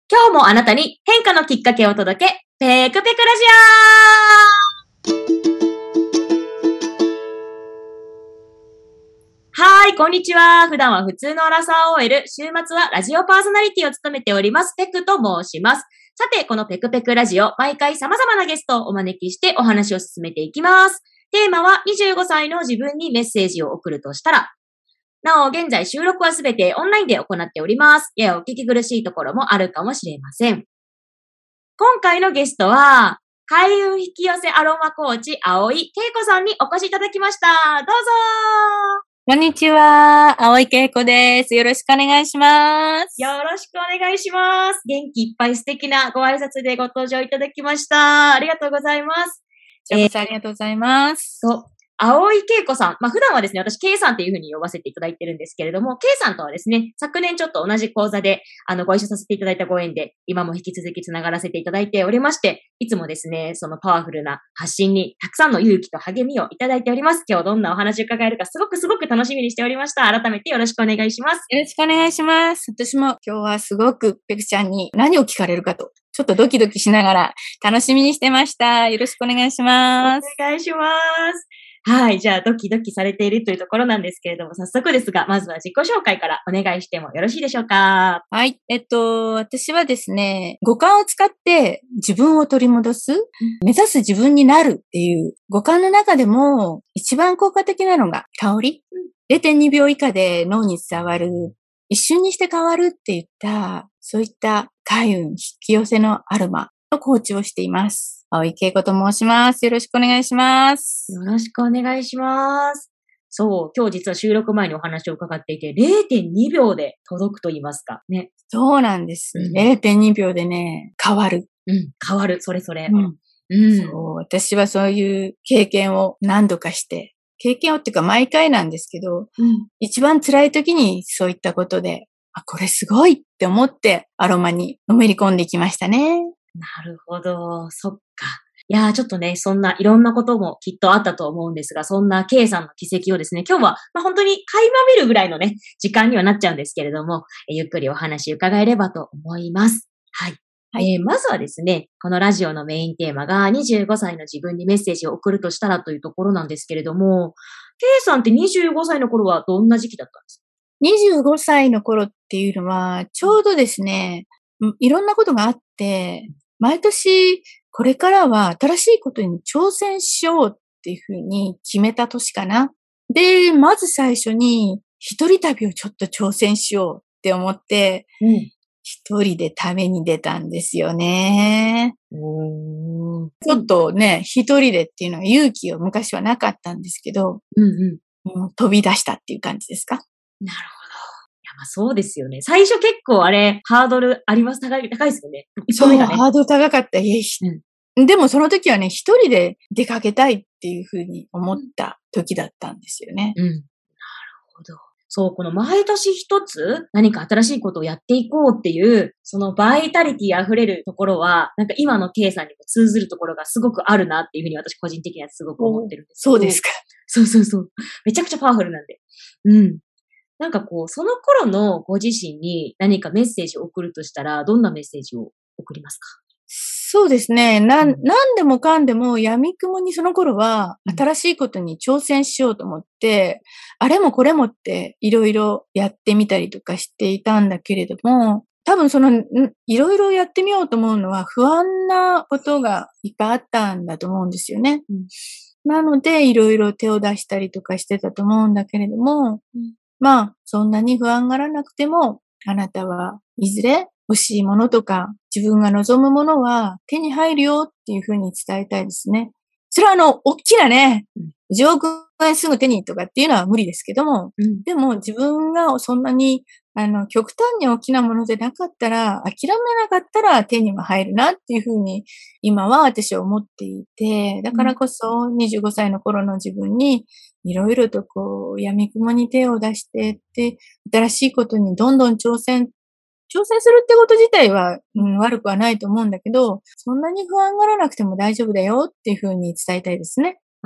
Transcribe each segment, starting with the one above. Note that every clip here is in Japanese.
今日もあなたに変化のきっかけを届け、ペクペクラジオ。はい、こんにちは。普段は普通のアラサー OL、週末はラジオパーソナリティを務めております、ペクと申します。さて、このペクペクラジオ、毎回様々なゲストをお招きしてお話を進めていきます。テーマは25歳の自分にメッセージを送るとしたら、なお、現在収録はすべてオンラインで行っております。ややお聞き苦しいところもあるかもしれません。今回のゲストは、開運引き寄せアロマコーチ、青井恵子さんにお越しいただきました。どうぞ。 こんにちは、青井恵子です。よろしくお願いします。 よろしくお願いします。元気いっぱい素敵なご挨拶でご登場いただきました。ありがとうございます。 ありがとうございます。 青井恵子さん。普段はですね、私、K さんというふうに呼ばせていただいてるんですけれども、K さんとはですね、昨年ちょっと同じ講座で、ご一緒させていただいたご縁で、今も引き続きつながらせていただいておりまして、いつもですね、そのパワフルな発信にたくさんの勇気と励みをいただいております。今日どんなお話を伺えるか、すごく楽しみにしておりました。改めてよろしくお願いします。 よろしくお願いします。私も今日はすごくペクちゃんに何を聞かれるかと、ちょっとドキドキしながら楽しみにしてました。よろしくお願いします。 お願いします。はい。じゃあ、ドキドキされているというところなんですけれども、早速ですが、まずは自己紹介からお願いしてもよろしいでしょうか。 はい。私はですね、五感を使って自分を取り戻す、目指す自分になるっていう五感の中でも一番効果的なのが香り。0.2 秒以下で脳に伝わる、一瞬にして変わるっていった、そういった開運引き寄せのアロマのコーチをしています。青井恵子と申します。よろしくお願いします。 よろしくお願いします。そう、今日実は収録前にお話を伺っていて、0.2 秒で届くと言いますかね。 そうなんです。0.2 秒でね、変わる。 変わる。それ。 そう、私はそういう経験を何度かして、経験をっていうか毎回なんですけど、一番辛い時にそういったことで、これすごいって思ってアロマにのめり込んでいきましたね。 なるほど。そっか。いやー、ちょっとね、そんないろんなこともきっとあったと思うんですが、そんな K さんの奇跡をですね、今日は、本当に垣間見るぐらいのね、時間にはなっちゃうんですけれども、ゆっくりお話伺えればと思います。はい。まずはですね、このラジオのメインテーマが25歳の自分にメッセージを送るとしたらというところなんですけれども、K さんって25歳の頃はどんな時期だったんですか？ 25 歳の頃っていうのは、ちょうどですね、いろんなことがあって、毎年これからは新しいことに挑戦しようっていうふうに決めた年かな。で、まず最初に一人旅をちょっと挑戦しようって思って、一人で旅に出たんですよね。ちょっとね、一人でっていうのは勇気を昔はなかったんですけど、飛び出したっていう感じですか。 なるほど。いや、そうですよね。最初結構あれ、ハードルあります。高いですよね。 そう、ハードル高かった。でもその時はね、一人で出かけたいっていうふうに思った時だったんですよね。 なるほど。そう、この毎年一つ何か新しいことをやっていこうっていう、そのバイタリティ溢れるところは、なんか今の K さんにも通ずるところがすごくあるなっていうふうに私個人的にはすごく思ってるんですけど。 そうですか。 そう。めちゃくちゃパワフルなんで。なんかこう、その頃のご自身に何かメッセージを送るとしたら、どんなメッセージを送りますか？ そうですね。何でもかんでも闇雲にその頃は新しいことに挑戦しようと思って、あれもこれもっていろいろやってみたりとかしていたんだけれども、多分いろいろやってみようと思うのは不安なことがいっぱいあったんだと思うんですよね。なのでいろいろ手を出したりとかしてたと思うんだけれども、そんなに不安がらなくても、あなたはいずれ欲しいものとか、自分が望むものは手に入るよっていうふうに伝えたいですね。それは大きなね、10億円すぐ手にとかっていうのは無理ですけども、でも自分がそんなに、極端に大きなものでなかったら、諦めなかったら手にも入るなっていうふうに、今は私は思っていて、だからこそ25歳の頃の自分に、いろいろと闇雲に手を出してって、新しいことにどんどん挑戦するってこと自体は、悪くはないと思うんだけど、そんなに不安がらなくても大丈夫だよっていうふうに伝えたいですね。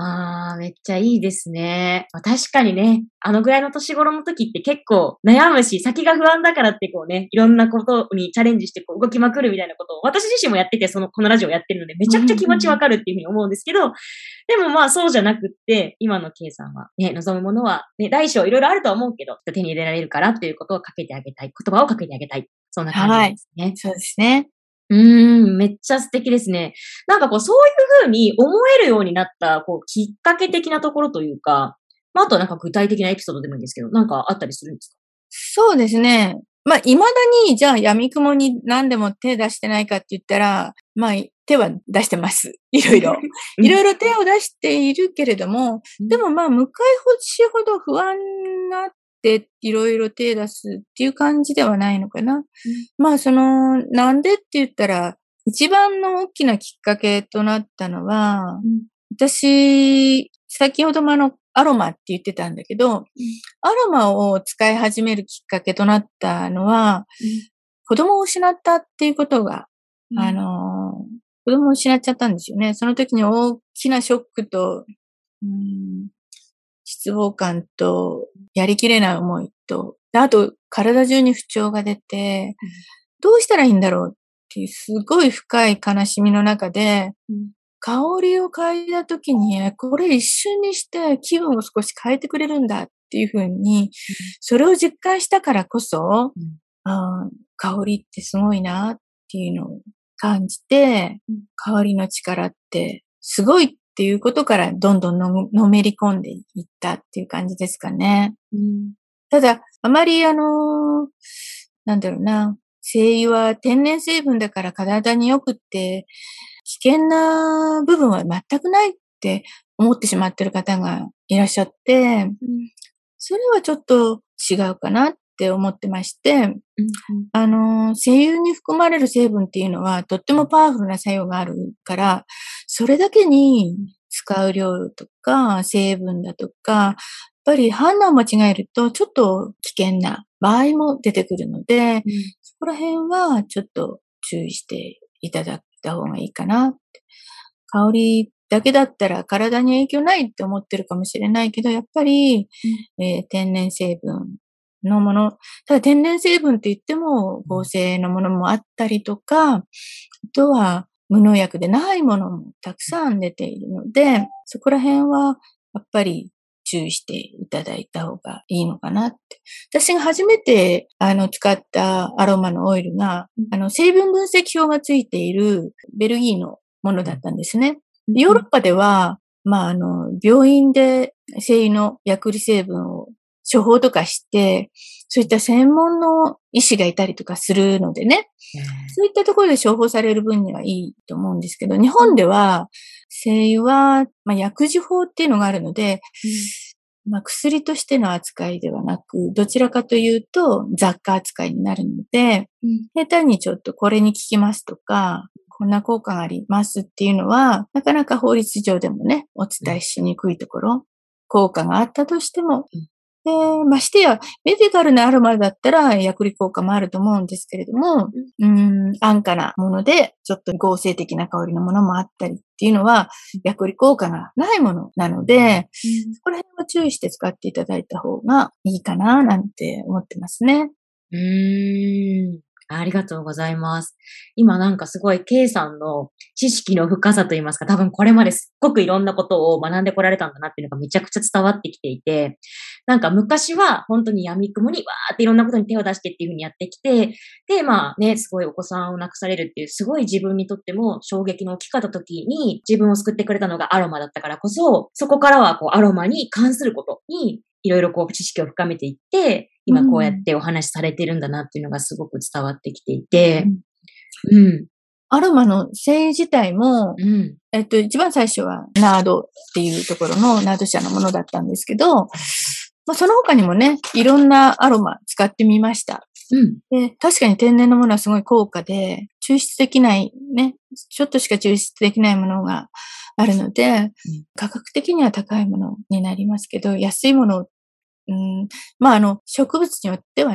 めっちゃいいですね。確かにね、あのぐらいの年頃の時って結構悩むし、先が不安だからってこうね、いろんなことにチャレンジしてこう動きまくるみたいなことを、私自身もやってて、このラジオやってるので、めちゃくちゃ気持ちわかるっていうふうに思うんですけど、でもまあそうじゃなくって、今の K さんはね、望むものは、ね、大小いろいろあるとは思うけど、手に入れられるからっていうことをかけてあげたい。言葉をかけてあげたい。そんな感じなんですね。 はい。そうですね。 めっちゃ素敵ですね。なんかこう、そういうふうに思えるようになった、こう、きっかけ的なところというか、まあ、あとはなんか具体的なエピソードでもいいんですけど、なんかあったりするんですか？ そうですね。まあ、未だに、じゃあ、闇雲に何でも手出してないかって言ったら、まあ、手は出してます。いろいろ。いろいろ手を出しているけれども、でもまあ、向かい星ほど不安になって、いろいろ手出すっていう感じではないのかな。まあ、なんでって言ったら、一番の大きなきっかけとなったのは、私、先ほどもアロマって言ってたんだけど、アロマを使い始めるきっかけとなったのは、子供を失ったっていうことが、子供を失っちゃったんですよね。その時に大きなショックと、失望感と、やりきれない思いと、あと、体中に不調が出て、どうしたらいいんだろうっていう、すごい深い悲しみの中で、香りを嗅いだ時に、これ一瞬にして気分を少し変えてくれるんだっていう風に、それを実感したからこそ、香りってすごいなっていうのを感じて、香りの力ってすごいっていうことからどんどんのめり込んでいったっていう感じですかね。ただ、あまりなんだろうな、精油は天然成分だから体に良くって、危険な部分は全くないって思ってしまってる方がいらっしゃって、それはちょっと違うかなって思ってまして、精油に含まれる成分っていうのはとってもパワフルな作用があるから、それだけに使う量とか成分だとか、やっぱり判断を間違えるとちょっと危険な場合も出てくるので、そこら辺はちょっと注意していただいた方がいいかなって。香りだけだったら体に影響ないって思ってるかもしれないけど、やっぱり、天然成分のもの、ただ天然成分って言っても合成のものもあったりとか、あとは無農薬でないものもたくさん出ているので、そこら辺はやっぱり注意していただいた方がいいのかなって。私が初めて使ったアロマのオイルが、成分分析表がついているベルギーのものだったんですね。ヨーロッパでは、病院で精油の薬理成分を処方とかして、そういった専門の医師がいたりとかするのでね、そういったところで処方される分にはいいと思うんですけど、日本では精油は、薬事法っていうのがあるので、薬としての扱いではなく、どちらかというと雑貨扱いになるので、下手にちょっとこれに効きますとか、こんな効果がありますっていうのは、なかなか法律上でもね、お伝えしにくいところ、効果があったとしても、ましてや、メディカルなアロマだったら薬理効果もあると思うんですけれども、安価なもので、ちょっと合成的な香りのものもあったりっていうのは、薬理効果がないものなので、そこら辺は注意して使っていただいた方がいいかな、なんて思ってますね。 ありがとうございます。今なんかすごい K さんの知識の深さといいますか、多分これまですっごくいろんなことを学んでこられたんだなっていうのがめちゃくちゃ伝わってきていて、なんか昔は本当に闇雲にわーっていろんなことに手を出してっていう風にやってきて、で、すごいお子さんを亡くされるっていうすごい自分にとっても衝撃の大きかった時に自分を救ってくれたのがアロマだったからこそ、そこからはこうアロマに関することにいろいろこう知識を深めていって、今こうやってお話しされてるんだなっていうのがすごく伝わってきていて、 アロマの精油自体も、一番最初はナードっていうところのナード社のものだったんですけど、その他にもね、いろんなアロマ使ってみました。で、確かに天然のものはすごい高価で、抽出できないね、ちょっとしか抽出できないものがあるので、価格的には高いものになりますけど、安いものを植物によってはね、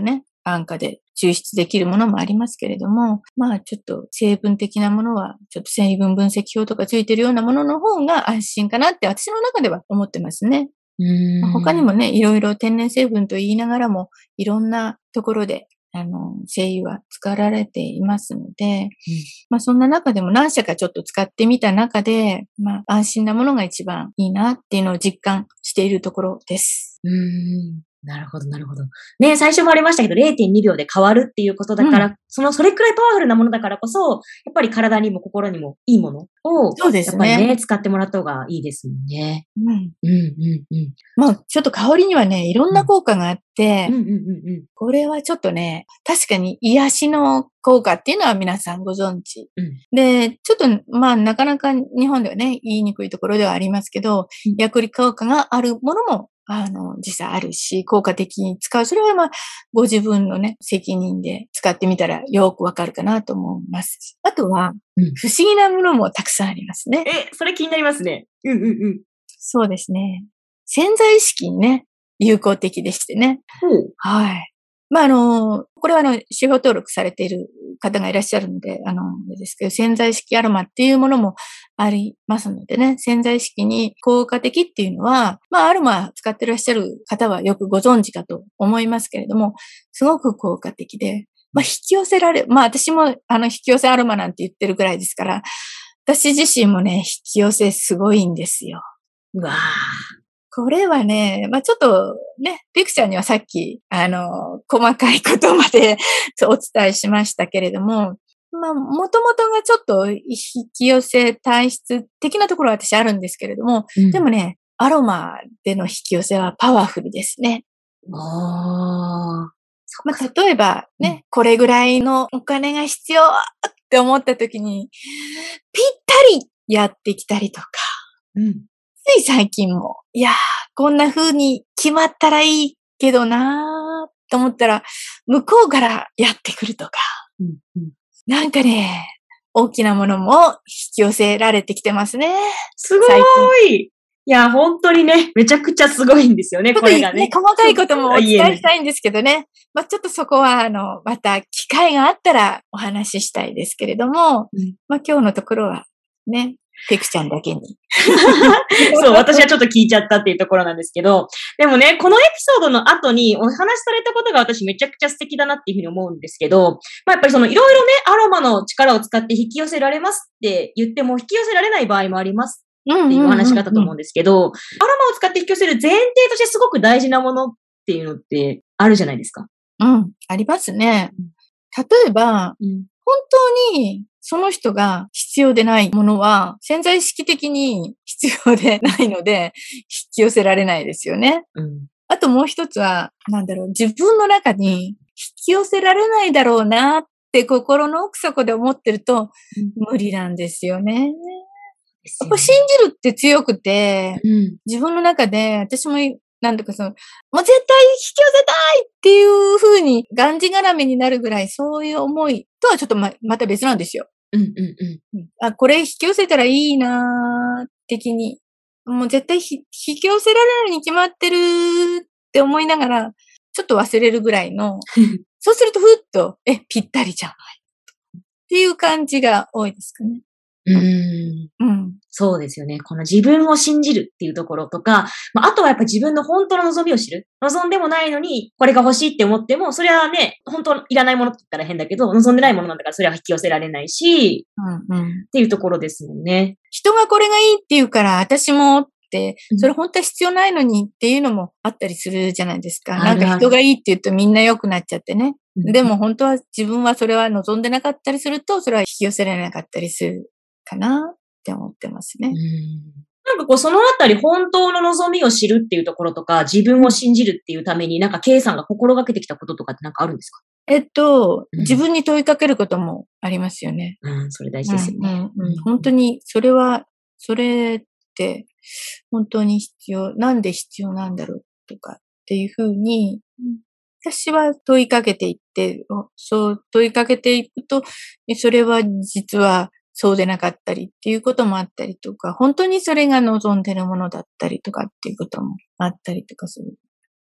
安価で抽出できるものもありますけれども、まあちょっと成分的なものは、ちょっと成分分析表とかついてるようなものの方が安心かなって私の中では思ってますね。他にもね、いろいろ天然成分と言いながらも、いろんなところで、精油は使われていますので、まあそんな中でも何社かちょっと使ってみた中で、まあ安心なものが一番いいなっていうのを実感しているところです。 なるほど、なるほど。ね、最初もありましたけど、0.2 秒で変わるっていうことだから、それくらいパワフルなものだからこそ、やっぱり体にも心にもいいものを、 そうですね。 やっぱりね、使ってもらった方がいいですもんね。 まあ、ちょっと香りにはね、いろんな効果があって、これはちょっとね、確かに癒しの効果っていうのは皆さんご存知。で、ちょっと、まあ、なかなか日本ではね、言いにくいところではありますけど、薬理効果があるものも実際あるし、効果的に使う。それはまあ、ご自分のね、責任で使ってみたらよくわかるかなと思います。あとは、不思議なものもたくさんありますね。 それ気になりますね。 そうですね。潜在意識にね、有効的でしてね。はい。まあ、これは司法登録されている方がいらっしゃるので、ですけど、潜在意識アロマっていうものもありますのでね、潜在意識に効果的っていうのは、まあ、アロマ使ってらっしゃる方はよくご存知かと思いますけれども、すごく効果的で、まあ、引き寄せられる、まあ、私も引き寄せアロマなんて言ってるぐらいですから、私自身もね、引き寄せすごいんですよ。 うわー。 これはね、まあ、ちょっとね、ピクちゃんにはさっき、細かいことまでお伝えしましたけれども、まあ、もともとがちょっと引き寄せ体質的なところは私あるんですけれども、でもね、アロマでの引き寄せはパワフルですね。まあ、例えばね、これぐらいのお金が必要って思った時に、ぴったりやってきたりとか、つい最近も、いやー、こんな風に決まったらいいけどなーと思ったら、向こうからやってくるとか。なんかね、大きなものも引き寄せられてきてますね。 すごい。いや、本当にね、めちゃくちゃすごいんですよね、これがね。 細かいこともお伝えしたいんですけどね。まあ、ちょっとそこは、また機会があったらお話ししたいですけれども、まあ、今日のところはね、ペクちゃんだけに。 そう、私はちょっと聞いちゃったっていうところなんですけど、でもね、このエピソードの後にお話しされたことが私めちゃくちゃ素敵だなっていうふうに思うんですけど、まあやっぱりいろいろね、アロマの力を使って引き寄せられますって言っても引き寄せられない場合もありますっていうお話があったと思うんですけど、アロマを使って引き寄せる前提としてすごく大事なものっていうのってあるじゃないですか。 ありますね。例えば、本当にその人が必要でないものは潜在意識的に必要でないので引き寄せられないですよね。あともう一つは、自分の中に引き寄せられないだろうなって心の奥底で思ってると無理なんですよね。やっぱ信じるって強くて、自分の中で私ももう絶対引き寄せたいっていう風にがんじがらめになるぐらいそういう思いとはちょっとまた別なんですよ。これ引き寄せたらいいなー的に。もう絶対引き寄せられるに決まってるって思いながら、ちょっと忘れるぐらいの。そうするとふっと、ぴったりじゃない。っていう感じが多いですかね。 そうですよね。この自分を信じるっていうところとか、あとはやっぱ自分の本当の望みを知る。望んでもないのに、これが欲しいって思っても、それはね、本当いらないものって言ったら変だけど、望んでないものなんだからそれは引き寄せられないし、っていうところですもんね。 人がこれがいいって言うから、私もって、それ本当は必要ないのにっていうのもあったりするじゃないですか。なんか人がいいって言うとみんな良くなっちゃってね。でも本当は自分はそれは望んでなかったりすると、それは引き寄せられなかったりするかなって思ってますね。 なんかこう、そのあたり本当の望みを知るっていうところとか、自分を信じるっていうために、なんか K さんが心がけてきたこととかってなんかあるんですか？ 自分に問いかけることもありますよね。 それ大事ですよね。 本当に、それって、本当に必要、なんで必要なんだろうとかっていうふうに、私は問いかけていって、そう問いかけていくと、それは実はそうでなかったりっていうこともあったりとか、本当にそれが望んでるものだったりとかっていうこともあったりとかする。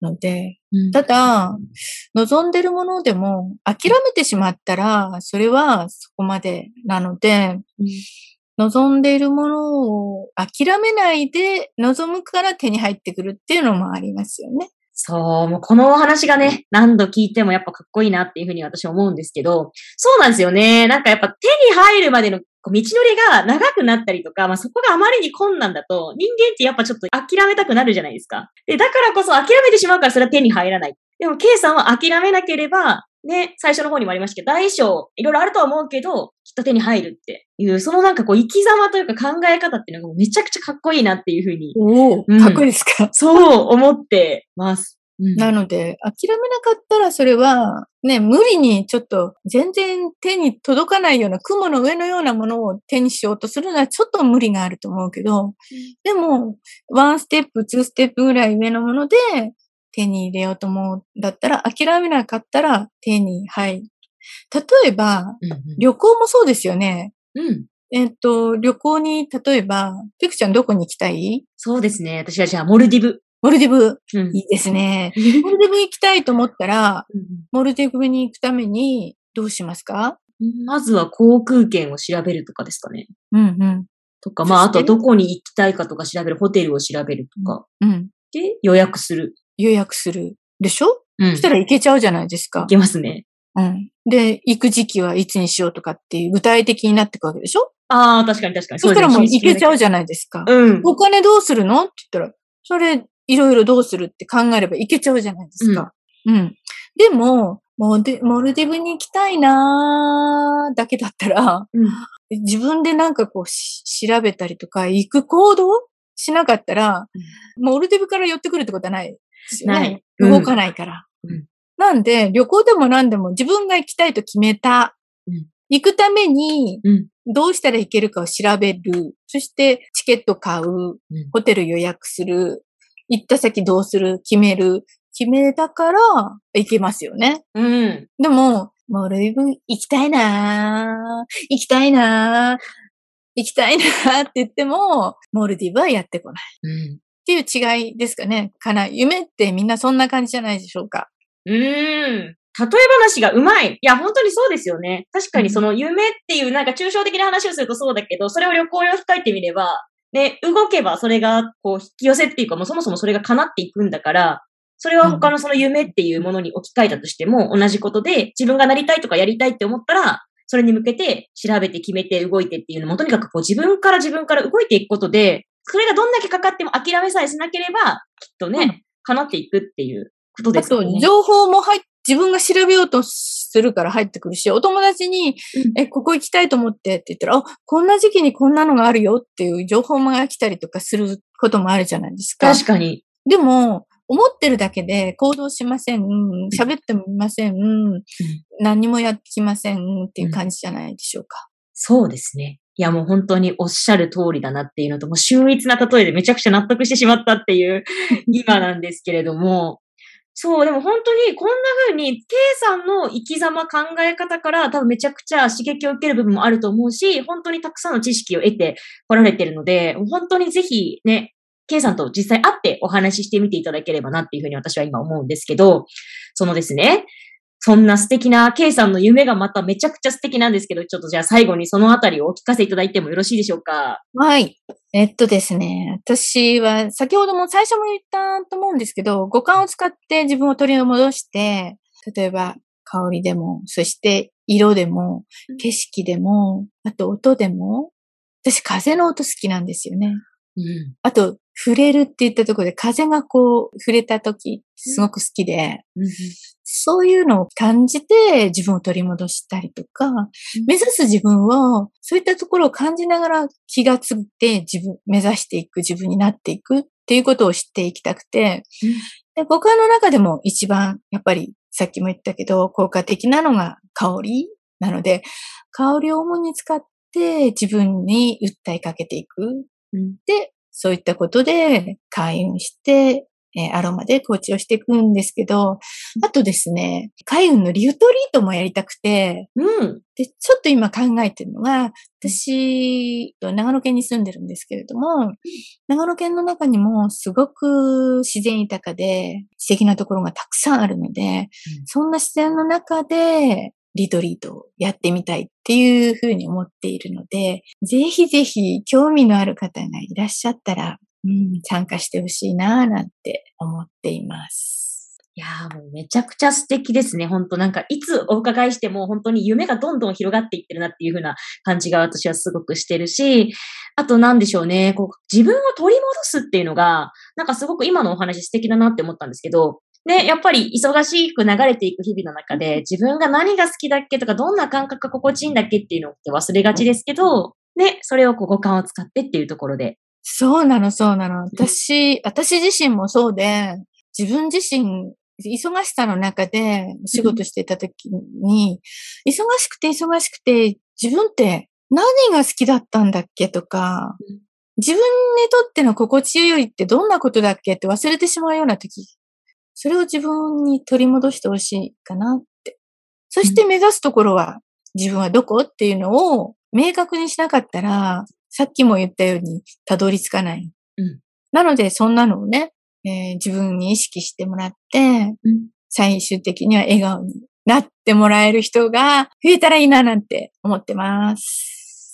ので、 うんただ、望んでるものでも諦めてしまったら、それはそこまでなので、望んでいるものを諦めないで望むから手に入ってくるっていうのもありますよね。 そう、もうこのお話がね、何度聞いてもやっぱかっこいいなっていうふうに私は思うんですけど、そうなんですよね。なんかやっぱ手に入るまでの道のりが長くなったりとか、そこがあまりに困難だと、人間ってやっぱちょっと諦めたくなるじゃないですか。で、だからこそ諦めてしまうからそれは手に入らない。でも、K さんは諦めなければ、ね、最初の方にもありましたけど、大小、いろいろあるとは思うけど、きっと手に入るっていう、そのなんか生き様というか考え方っていうのがめちゃくちゃかっこいいなっていうふうに。 かっこいいですか？ そう思ってます。 なので、諦めなかったらそれは、ね、無理にちょっと全然手に届かないような雲の上のようなものを手にしようとするのはちょっと無理があると思うけど、でも、1ステップ、2ステップぐらい上のもので手に入れようと思うんだったら、諦めなかったら手に入る。例えば、旅行もそうですよね。旅行に、例えば、ペクちゃんどこに行きたい？ そうですね。私はじゃあ、モルディブ。いいいですね。モルディブ行きたいと思ったら、モルディブに行くためにどうしますか？ まずは航空券を調べるとかですかね。とか、あとどこに行きたいかとか調べる、ホテルを調べるとか。で、予約する。 でしょ？そしたら行けちゃうじゃないですか。 行けますね。 で、行く時期はいつにしようとかっていう具体的になっていくわけでしょ？ 確かに。 そしたらもう行けちゃうじゃないですか。お金どうするのって言ったら、それ、いろいろどうするって考えれば行けちゃうじゃないですか。でも、モルディブに行きたいなーだけだったら、自分でなんかこう調べたりとか、行く行動しなかったら、モルディブから寄ってくるってことはないですよね。動かないから。なんで、旅行でも何でも自分が行きたいと決めた。行くために、どうしたら行けるかを調べる。そして、チケット買う。ホテル予約する。行った先どうする。決めたから、行けますよね。でも、モルディブ行きたいなーって言っても、モルディブはやってこない。っていう違いですかね。夢ってみんなそんな感じじゃないでしょうか。 例え話がうまい。いや、本当にそうですよね。確かにその夢っていうなんか抽象的な話をするとそうだけど、それを旅行に置き換えてみれば、ね、動けばそれがこう引き寄せっていうか、もうそもそもそれが叶っていくんだから、それは他のその夢っていうものに置き換えたとしても同じことで、自分がなりたいとかやりたいって思ったら、それに向けて調べて決めて動いてっていうのも、とにかくこう自分から動いていくことで、それがどんだけかかっても諦めさえしなければ、きっとね、叶っていくっていうことですよね。 あと、情報も自分が調べようとするから入ってくるし、お友達に、ここ行きたいと思ってって言ったら、こんな時期にこんなのがあるよっていう情報が来たりとかすることもあるじゃないですか。 確かに。 でも、思ってるだけで行動しません。喋ってもみません。何にもやってきませんっていう感じじゃないでしょうか。 そうですね。いや、もう本当におっしゃる通りだなっていうのと、もう秀逸な例えでめちゃくちゃ納得してしまったっていう今なんですけれども、そう、でも本当にこんな風に、K さんの生き様考え方から多分めちゃくちゃ刺激を受ける部分もあると思うし、本当にたくさんの知識を得てこられてるので、本当にぜひね、K さんと実際会ってお話ししてみていただければなっていう風に私は今思うんですけど、そのですね、そんな素敵な K さんの夢がまためちゃくちゃ素敵なんですけど、ちょっとじゃあ最後にそのあたりをお聞かせいただいてもよろしいでしょうか。 はい。ですね、私は先ほども最初も言ったと思うんですけど、五感を使って自分を取り戻して、例えば香りでも、そして色でも、景色でも、あと音でも、私風の音好きなんですよね。あと、触れるって言ったところで風がこう触れた時すごく好きで、そういうのを感じて自分を取り戻したりとか、目指す自分をそういったところを感じながら気がついて目指していく自分になっていくっていうことを知っていきたくて、で五感の中でも一番やっぱりさっきも言ったけど効果的なのが香りなので、香りを主に使って自分に訴えかけていく。で、そういったことで開運してアロマでコーチをしていくんですけど、あとですね、開運のリトリートもやりたくて、で、ちょっと今考えてるのが、私、長野県に住んでるんですけれども、長野県の中にもすごく自然豊かで素敵なところがたくさんあるので、そんな自然の中でリトリートをやってみたいっていうふうに思っているので、ぜひぜひ興味のある方がいらっしゃったら、参加してほしいなぁなんて思っています。 いやーもうめちゃくちゃ素敵ですね。本当なんかいつお伺いしても本当に夢がどんどん広がっていってるなっていう風な感じが私はすごくしてるし、あとなんでしょうね、こう自分を取り戻すっていうのが、なんかすごく今のお話素敵だなって思ったんですけど、ね、やっぱり忙しく流れていく日々の中で自分が何が好きだっけとかどんな感覚が心地いいんだっけっていうのって忘れがちですけど、ね、それをこう五感を使ってっていうところで。 そうなの、そうなの。私自身もそうで、自分自身、忙しさの中でお仕事していた時に、忙しくて自分って何が好きだったんだっけとか、自分にとっての心地よいってどんなことだっけって忘れてしまうような時、それを自分に取り戻してほしいかなって。そして目指すところは自分はどこっていうのを明確にしなかったら、さっきも言ったようにたどり着かない。なのでそんなのをね、自分に意識してもらって、最終的には笑顔になってもらえる人が増えたらいいななんて思ってます。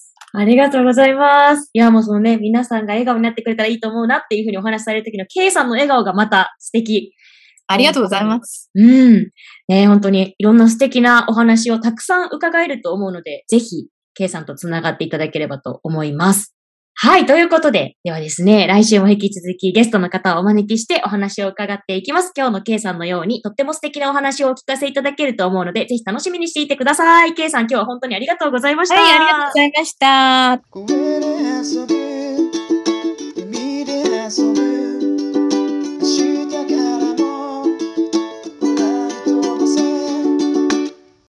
ありがとうございます。いやもうそのね、皆さんが笑顔になってくれたらいいと思うなっていうふうにお話しされる時の K さんの笑顔がまた素敵。 ありがとうございます。 ね、本当にいろんな素敵なお話をたくさん伺えると思うので、ぜひ K さんとつながっていただければと思います。はい、ということで、ではですね、来週も引き続きゲストの方をお招きしてお話を伺っていきます。今日の K さんのようにとっても素敵なお話をお聞かせいただけると思うので、ぜひ楽しみにしていてください。K さん、今日は本当にありがとうございました。 はい、ありがとうございました。